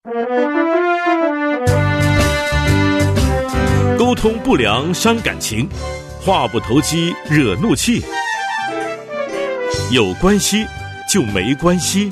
沟通不良伤感情，话不投机惹怒气。有关系就没关系。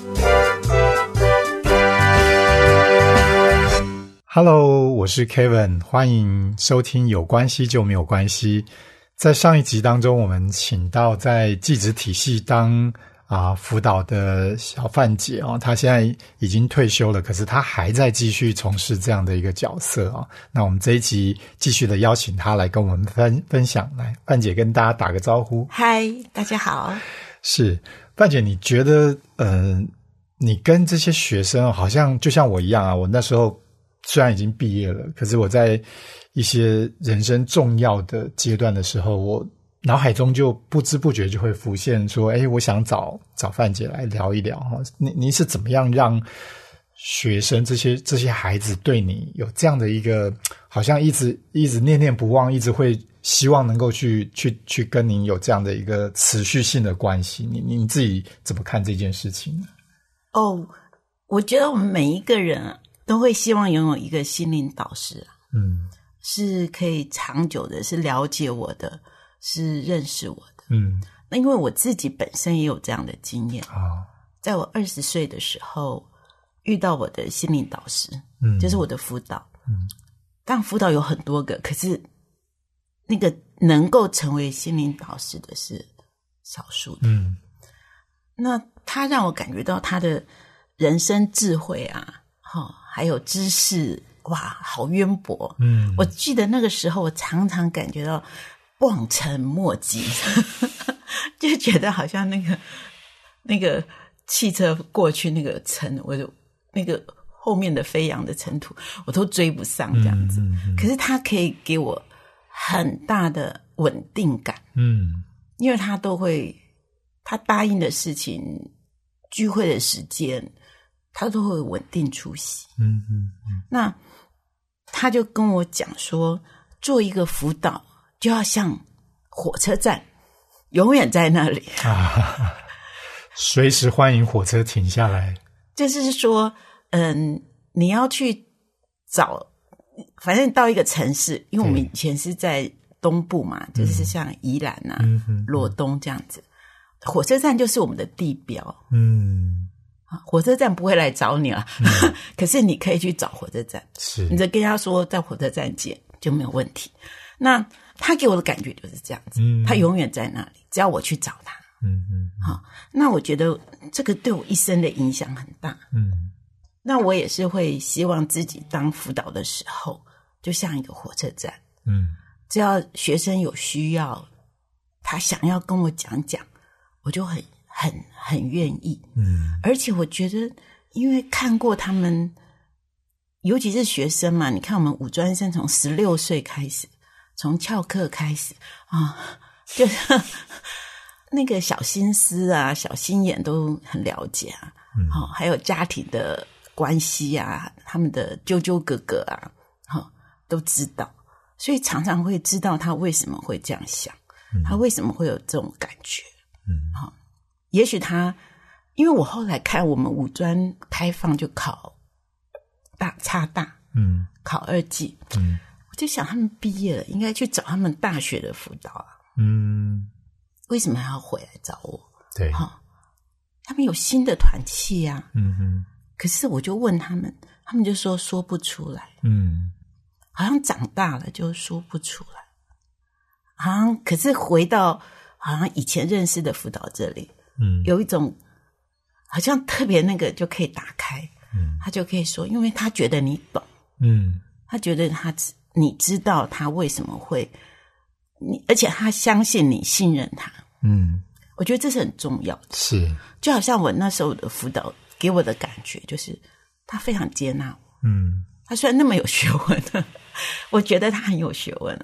Hello， 我是 Kevin， 欢迎收听有关系就没有关系。在上一集当中，我们请到在技职体系当辅导的小范姐她现在已经退休了，可是她还在继续从事这样的一个角色那我们这一集继续的邀请她来跟我们分享。来，范姐跟大家打个招呼。 嗨，大家好。 是，范姐，你觉得你跟这些学生好像就像我一样我那时候虽然已经毕业了，可是我在一些人生重要的阶段的时候，我脑海中就不知不觉就会浮现说我想找范姐来聊一聊你是怎么样让学生这些孩子对你有这样的一个好像一直念念不忘，一直会希望能够去跟您有这样的一个持续性的关系，你自己怎么看这件事情呢？ 我觉得我们每一个人都会希望拥有一个心灵导师是可以长久的，是了解我的，是认识我的。那因为我自己本身也有这样的经验在我20岁的时候遇到我的心灵导师就是我的辅导但辅导有很多个，可是那个能够成为心灵导师的是少数的那他让我感觉到他的人生智慧还有知识好渊博我记得那个时候我常常感觉到望尘莫及就觉得好像那个汽车过去那个尘，我就那个后面的飞扬的尘土我都追不上这样子可是他可以给我很大的稳定感因为他答应的事情，聚会的时间他都会稳定出席那他就跟我讲说，做一个辅导就要像火车站永远在那里随时欢迎火车停下来。 就是说你要去找，反正到一个城市，因为我们以前是在东部嘛就是像宜兰罗东这样子火车站就是我们的地标火车站不会来找你可是你可以去找火车站，是你就跟他说在火车站见就没有问题。那他给我的感觉就是这样子他永远在那里，只要我去找他那我觉得这个对我一生的影响很大那我也是会希望自己当辅导的时候就像一个火车站只要学生有需要，他想要跟我讲我就很愿意而且我觉得因为看过他们，尤其是学生嘛，你看我们五专生从16岁开始，从翘课开始就是那个小心思小心眼都很了解还有家庭的关系他们的纠纠葛葛都知道，所以常常会知道他为什么会这样想他为什么会有这种感觉也许因为我后来看我们五专开放就考差大考2技我就想他们毕业了应该去找他们大学的辅导为什么还要回来找我？对他们有新的团契可是我就问他们就说不出来好像长大了就说不出来好像可是回到好像以前认识的辅导这里有一种好像特别那个就可以打开他就可以说，因为他觉得你懂他觉得你知道他为什么会而且他相信你信任他我觉得这是很重要的是就好像我那时候的辅导给我的感觉就是他非常接纳我他虽然那么有学问我觉得他很有学问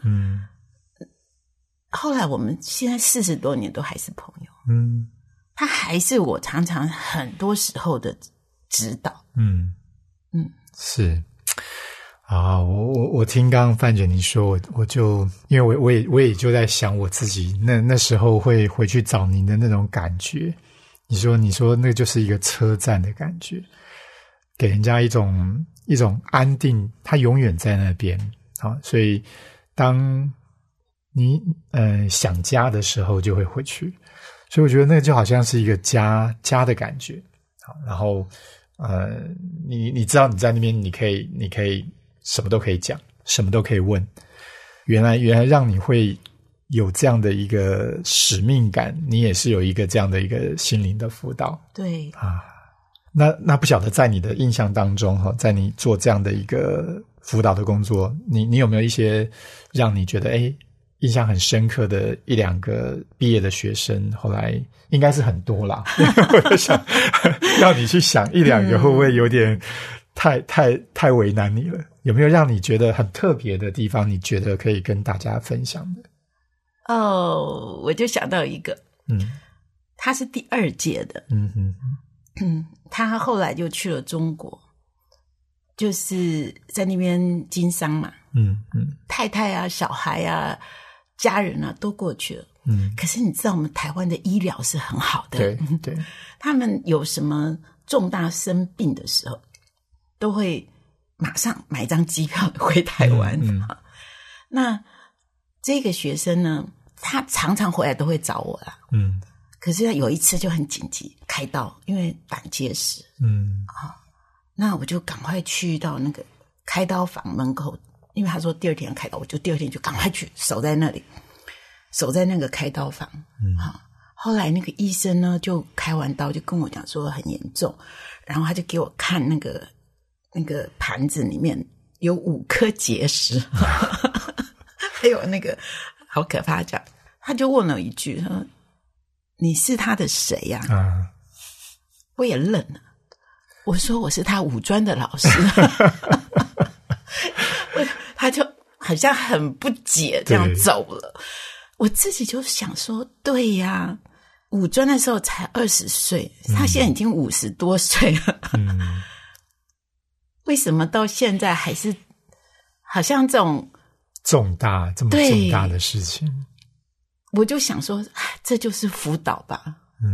后来我们现在40多年都还是朋友他还是我常常很多时候的指导是我听刚刚范姐你说我就因为我也就在想我自己那时候会回去找您的那种感觉你说那就是一个车站的感觉给人家一种安定，它永远在那边。好，所以当你想家的时候就会回去，所以我觉得那个就好像是一个家的感觉。好，然后你知道你在那边你可以什么都可以讲，什么都可以问。原来让你会有这样的一个使命感，你也是有一个这样的一个心灵的辅导。 对啊，那不晓得在你的印象当中在你做这样的一个辅导的工作，你有没有一些让你觉得印象很深刻的一两个毕业的学生？后来应该是很多啦，我在想让你去想一两个会不会有点太为难你了？有没有让你觉得很特别的地方，你觉得可以跟大家分享的？ 我就想到一个，他是第2届的，他后来就去了中国，就是在那边经商嘛，太太啊、小孩啊、家人啊都过去了，可是你知道我们台湾的医疗是很好的， 对， 他们有什么重大生病的时候，都会马上买一张机票回台湾。那这个学生呢，他常常回来都会找我啦，可是他有一次就很紧急开刀，因为胆结石，那我就赶快去到那个开刀房门口，因为他说第2天开刀，我就第2天就赶快去守在那里，守在那个开刀房。后来那个医生呢就开完刀就跟我讲说很严重，然后他就给我看那个盘子里面有5颗结石，还有那个好可怕这样，他就问了一句说你是他的谁呀？我也愣了，我说我是他五专的老师。他就好像很不解这样走了。我自己就想说对呀，五专的时候才20岁，他现在已经50多岁了，为什么到现在还是好像这么重大的事情？ 我就想说这就是辅导吧。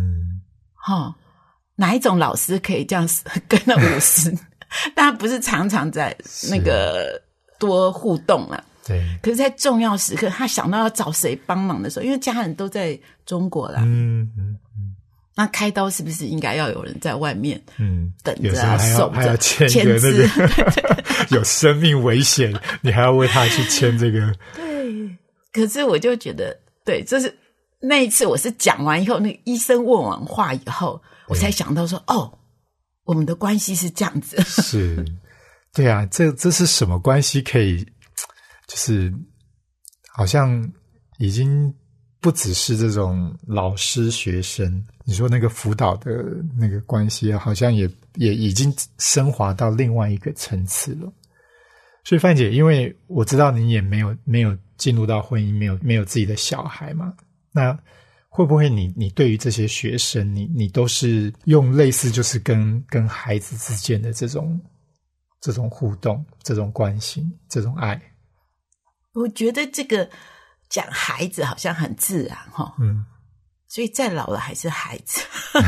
哪一种老师可以这样跟了50当然不是常常在那个多互动啦， 对， 可是在重要时刻他想到要找谁帮忙的时候，因为家人都在中国啦，那开刀是不是应该要有人在外面等着啊，守着还要签字有生命危险你还要为他去签这个。 对，可是我就觉得对，这是那一次我是讲完以后，那个医生问完话以后，我才想到说我们的关系是这样子。 是，对啊，这是什么关系可以就是好像已经不只是这种老师学生，你说那个辅导的那个关系好像也已经升华到另外一个层次了。所以范姐，因为我知道你也没有进入到婚姻，没有自己的小孩嘛，那会不会你对于这些学生你都是用类似就是跟孩子之间的这种互动，这种关系，这种爱？ 我觉得这个讲孩子好像很自然所以再老了还是孩子。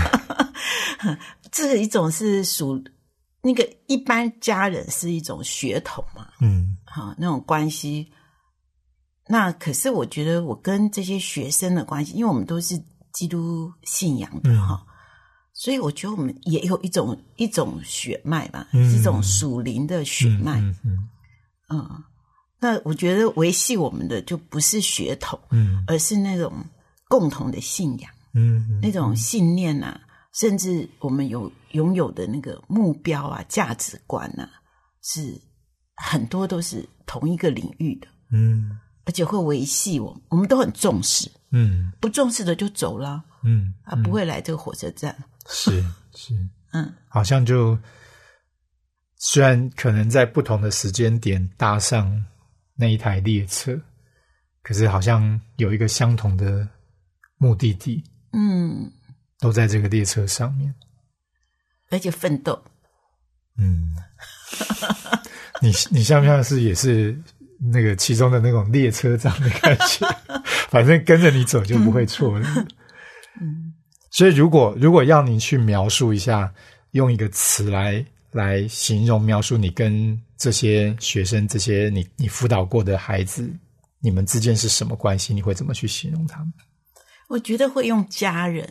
这一种是属那个一般家人是一种血统嘛，那种关系。那可是我觉得我跟这些学生的关系，因为我们都是基督信仰的所以我觉得我们也有一种血脉吧，是一种属灵的血脉。那我觉得维系我们的就不是血统，而是那种共同的信仰，那种信念啊，甚至我们拥有的那个目标啊、价值观啊，是很多都是同一个领域的，而且会维系我们都很重视，不重视的就走了，不会来这个火车站， 是，好像就虽然可能在不同的时间点搭上那一台列车，可是好像有一个相同的目的地，都在这个列车上面， 而且奋斗。 你像不像是也是那个其中的那种列车长的感觉？反正跟着你走就不会错了。所以如果要你去描述一下，用一个词来来形容描述你跟这些学生这些你辅导过的孩子你们之间是什么关系，你会怎么去形容他们？ 我觉得会用家人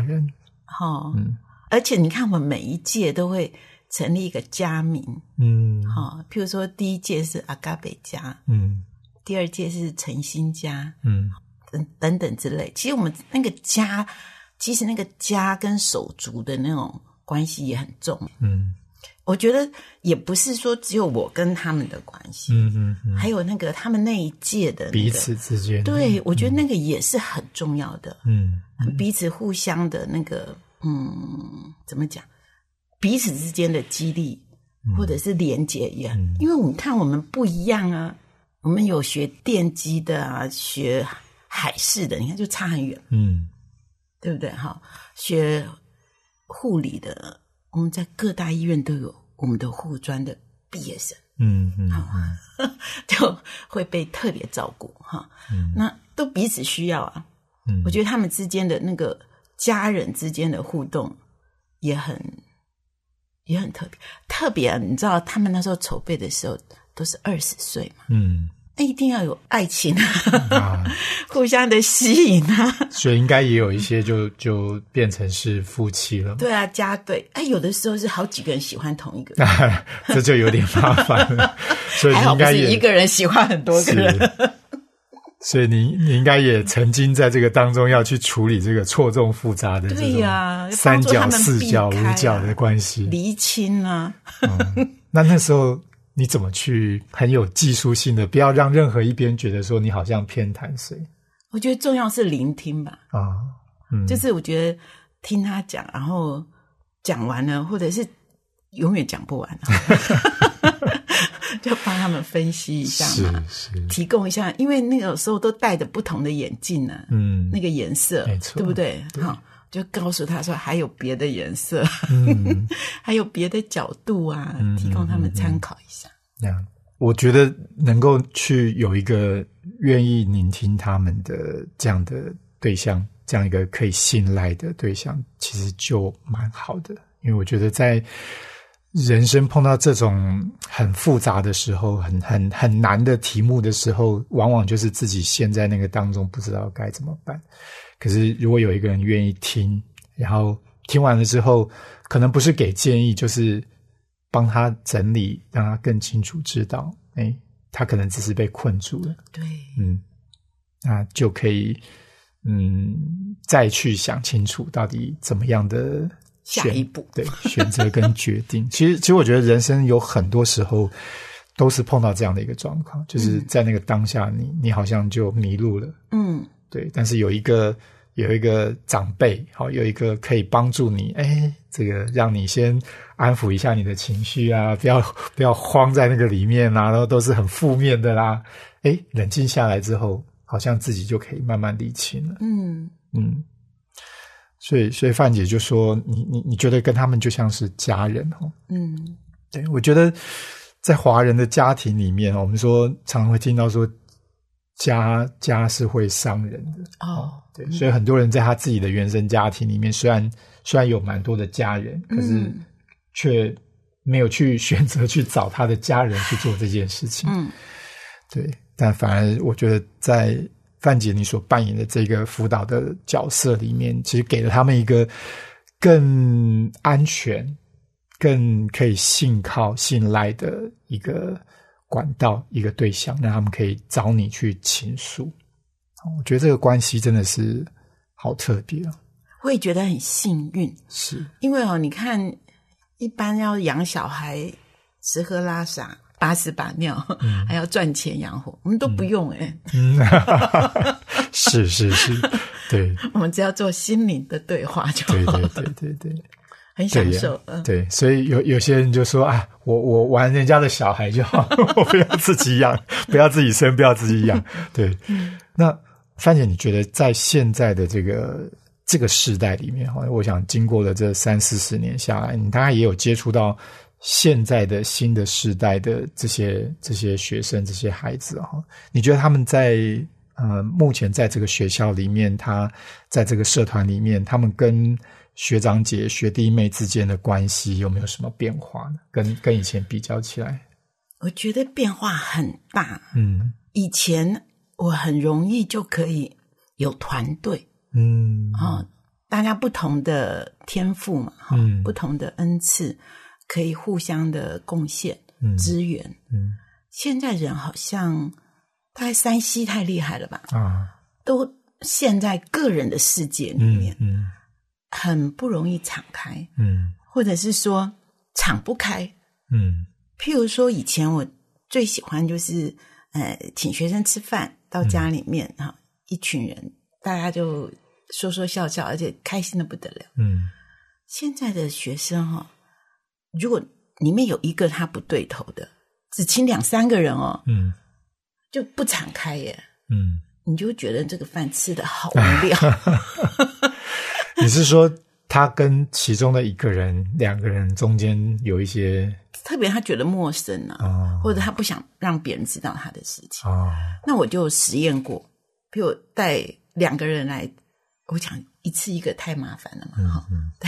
而且你看我们每一届都会成立一个家名譬如说第一届是阿嘎北家第二届是诚心家等等之类。其实我们那个家，其实那个家跟手足的那种关系也很重我觉得也不是说只有我跟他们的关系还有那个他们那一届的彼此之间对我觉得那个也是很重要的彼此互相的那个怎么讲，彼此之间的激励或者是连结也因为我们看我们不一样啊，我们有学电机的啊，学海事的，你看就差很远对不对学护理的，我们在各大医院都有我们的护专的毕业生就会被特别照顾那都彼此需要啊我觉得他们之间的那个家人之间的互动也很特别你知道他们那时候筹备的时候都是20岁嘛一定要有爱情互相的吸引所以应该也有一些就变成是夫妻了对啊家对有的时候是好几个人喜欢同一个人这就有点麻烦了所以你应该也还好不是一个人喜欢很多个人所以你应该也曾经在这个当中要去处理这个错综复杂的这种三角四角五角的关系厘清啊那时候你怎么去很有技术性的不要让任何一边觉得说你好像偏袒谁？ 我觉得重要是聆听吧就是我觉得听他讲然后讲完了或者是永远讲不完就帮他们分析一下嘛提供一下因为那个时候都戴着不同的眼镜那个颜色对不对就告诉他说还有别的颜色还有别的角度啊提供他们参考一下我觉得能够去有一个愿意聆听他们的这样的对象这样一个可以信赖的对象其实就蛮好的因为我觉得在人生碰到这种很复杂的时候很难的题目的时候往往就是自己陷在那个当中不知道该怎么办可是如果有一个人愿意听然后听完了之后可能不是给建议就是帮他整理让他更清楚知道他可能只是被困住了对那就可以再去想清楚到底怎么样的下一步对选择跟决定其实我觉得人生有很多时候都是碰到这样的一个状况就是在那个当下你好像就迷路了对但是有一个长辈有一个可以帮助你这个让你先安抚一下你的情绪啊不要慌在那个里面啦然后都是很负面的啦冷静下来之后好像自己就可以慢慢理清了所以范姐就说你觉得跟他们就像是家人对我觉得在华人的家庭里面我们说常常会听到说家是会伤人的对所以很多人在他自己的原生家庭里面虽然有蛮多的家人可是却没有去选择去找他的家人去做这件事情对但反而我觉得在范姐你所扮演的这个辅导的角色里面其实给了他们一个更安全更可以信靠信赖的一个管道一个对象让他们可以找你去倾诉我觉得这个关系真的是好特别我也觉得很幸运是因为你看一般要养小孩吃喝拉撒把屎把尿还要赚钱养活我们都不用是对我们只要做心灵的对话就好了对很享受对所以有些人就说我玩人家的小孩就好我不要自己养不要自己生不要自己养对那范姐你觉得在现在的这个世代里面我想经过了这30-40年下来你大概也有接触到现在的新的世代的这些学生这些孩子你觉得他们在目前在这个学校里面，他在这个社团里面，他们跟学长姐、学弟妹之间的关系有没有什么变化呢？跟以前比较起来， 我觉得变化很大。以前我很容易就可以有团队，大家不同的天赋嘛，不同的恩赐，可以互相的贡献、支援。现在人好像大概3C 太厉害了吧？都陷在个人的世界里面，很不容易敞开，或者是说敞不开。譬如说以前我最喜欢就是请学生吃饭，到家里面一群人大家就说说笑笑，而且开心的不得了。现在的学生如果里面有一个他不对头的，只请2-3个人就不敞开耶。你就觉得这个饭吃得好无聊。 你是说他跟其中的一个人、2个人中间有一些特别他觉得陌生或者他不想让别人知道他的事情。那我就实验过，比如带2个人来，我讲一次一个太麻烦了嘛，带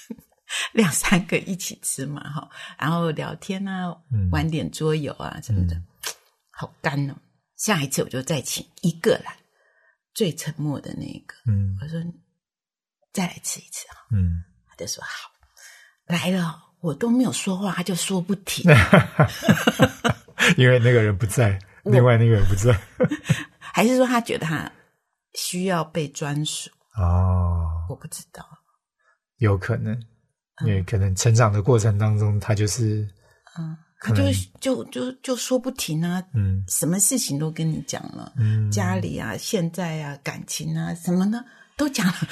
2-3个一起吃嘛，然后聊天啊，玩点桌游啊什么的，好干哦。下一次我就再请一个来，最沉默的那一个，我说再来吃一次他就说好。来了我都没有说话，他就说不停。 因为那个人不在，另外那个人不在。 还是说他觉得他需要被专属？我不知道，有可能，因为可能成长的过程当中，他就是他就说不停啊，什么事情都跟你讲了，家里啊、现在啊、感情啊什么的都讲了。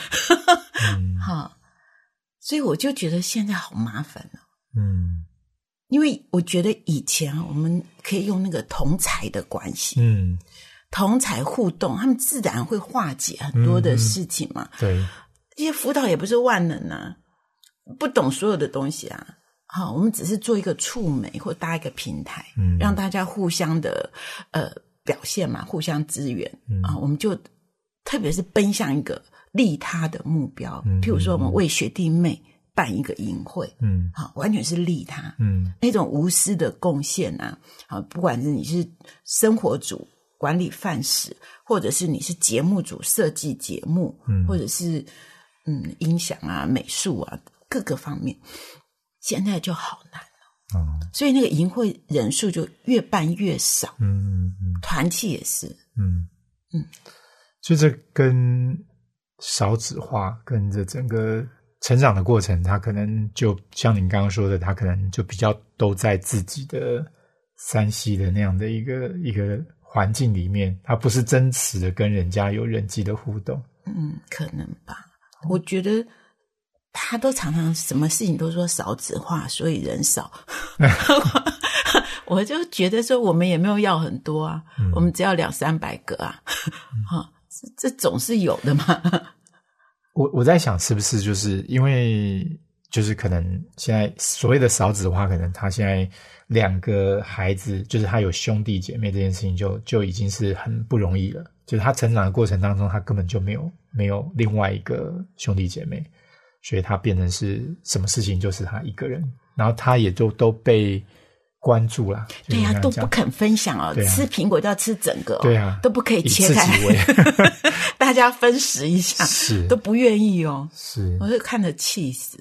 所以我就觉得现在好麻烦因为我觉得以前我们可以用那个同侪的关系，同侪互动，他们自然会化解很多的事情嘛。 对， 这些辅导也不是万能啊，不懂所有的东西啊。我们只是做一个触媒或搭一个平台，让大家互相的表现嘛，互相支援我们就特别是奔向一个利他的目标，譬如说我们为学弟妹办一个营会，完全是利他，那种无私的贡献啊，不管是你是生活组管理饭食，或者是你是节目组设计节目，或者是音响啊、美术啊各个方面，现在就好难了。所以那个营会人数就越办越少，团契也是， 所以这跟少子化跟这整个成长的过程，他可能就像您刚刚说的，他可能就比较都在自己的3C 的那样的一个环境里面，他不是真实的跟人家有人际的互动。 可能吧。我觉得他都常常什么事情都说少子化，所以人少。我就觉得说我们也没有要很多啊，我们只要200-300个啊，这总是有的嘛。 我在想是不是就是因为就是可能现在所谓的少子化，可能他现在2个孩子，就是他有兄弟姐妹这件事情就已经是很不容易了，就是他成长的过程当中，他根本就没有另外一个兄弟姐妹，所以他变成是什么事情就是他一个人，然后他也就都被关注了。 对啊，都不肯分享吃苹果都要吃整个对啊， 都不可以切开，大家分食一下，是都不愿意是，我就看着气死。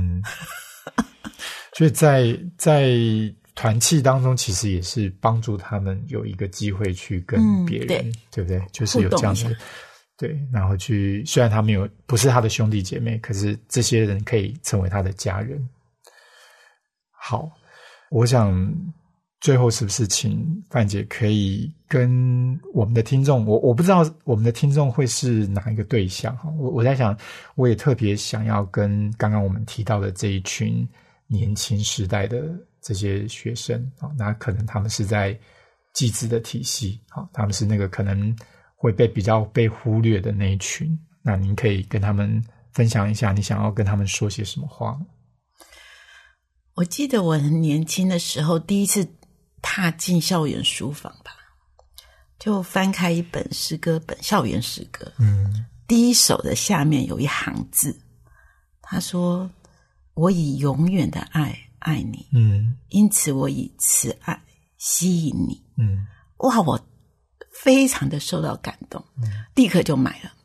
所以在团契当中，其实也是帮助他们有一个机会去跟别人，对不对？就是有这样的对，然后去虽然他们不是他的兄弟姐妹，可是这些人可以成为他的家人。好，我想最后是不是请范姐可以跟我们的听众，我不知道我们的听众会是哪一个对象，我在想，我也特别想要跟刚刚我们提到的这一群年轻时代的这些学生，那可能他们是在技职的体系，他们是那个可能会比较被忽略的那一群，那您可以跟他们分享一下你想要跟他们说些什么话吗？ 我记得我很年轻的时候第一次踏进校园书房吧， 就翻开一本诗歌本，校园诗歌，第一首的下面有一行字，他说：“我以永远的爱爱你，因此我以慈爱吸引你。”哇，我非常的受到感动，立刻就买了。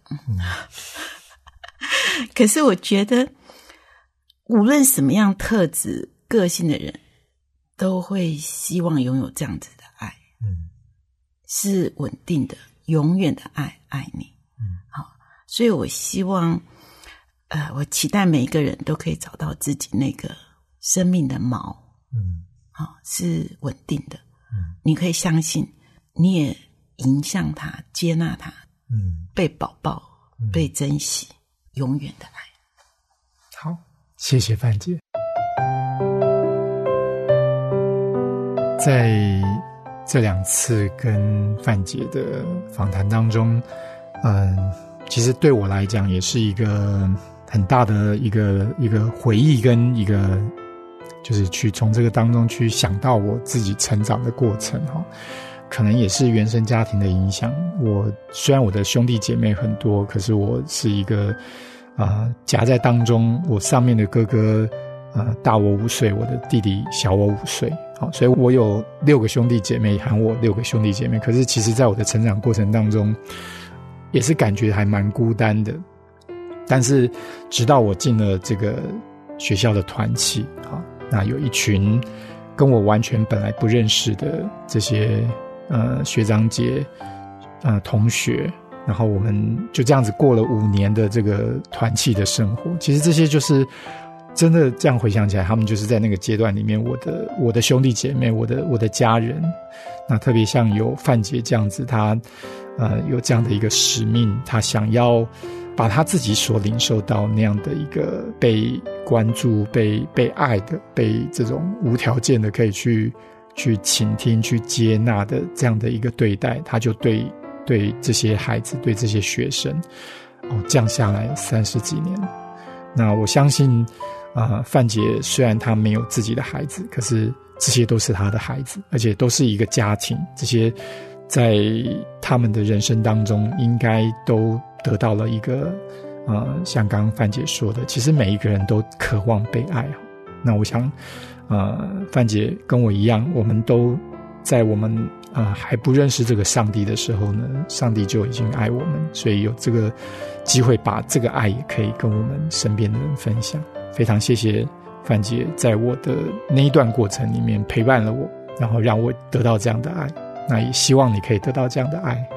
可是我觉得，无论什么样特质、个性的人，都会希望拥有这样子的爱，是稳定的、永远的爱爱你。好，所以我希望，我期待每一个人都可以找到自己那个生命的锚，好，是稳定的。你可以相信，你也迎向他、接纳他，被宝宝、被珍惜，永远的爱。 好，谢谢范姐。在这2次跟范姐的访谈当中，其实对我来讲也是一个很大的一个回忆，跟一个就是去从这个当中去想到我自己成长的过程哈。可能也是原生家庭的影响。我虽然我的兄弟姐妹很多，可是我是一个夹在当中。我上面的哥哥大我5岁，我的弟弟小我5岁。好，所以我有6个兄弟姐妹，喊我6个兄弟姐妹。可是其实在我的成长过程当中，也是感觉还蛮孤单的。但是直到我进了这个学校的团契，那有一群跟我完全本来不认识的这些学长姐同学，然后我们就这样子过了5年的这个团契的生活。其实这些就是真的这样回想起来，他们就是在那个阶段里面我的兄弟姐妹，我的家人。那特别像有范姐这样子，他有这样的一个使命，他想要把他自己所领受到那样的一个被关注、被爱的、被这种无条件的可以去倾听、去接纳的这样的一个对待，他就对这些孩子、对这些学生降下来30几年。那我相信范姐虽然她没有自己的孩子，可是这些都是她的孩子，而且都是一个家庭，这些在他们的人生当中应该都得到了一个像刚刚范姐说的，其实每一个人都渴望被爱。那我想范姐跟我一样，我们都在我们还不认识这个上帝的时候呢，上帝就已经爱我们，所以有这个机会把这个爱也可以跟我们身边的人分享。非常谢谢范姐在我的那一段过程里面陪伴了我，然后让我得到这样的爱。那也希望你可以得到这样的爱。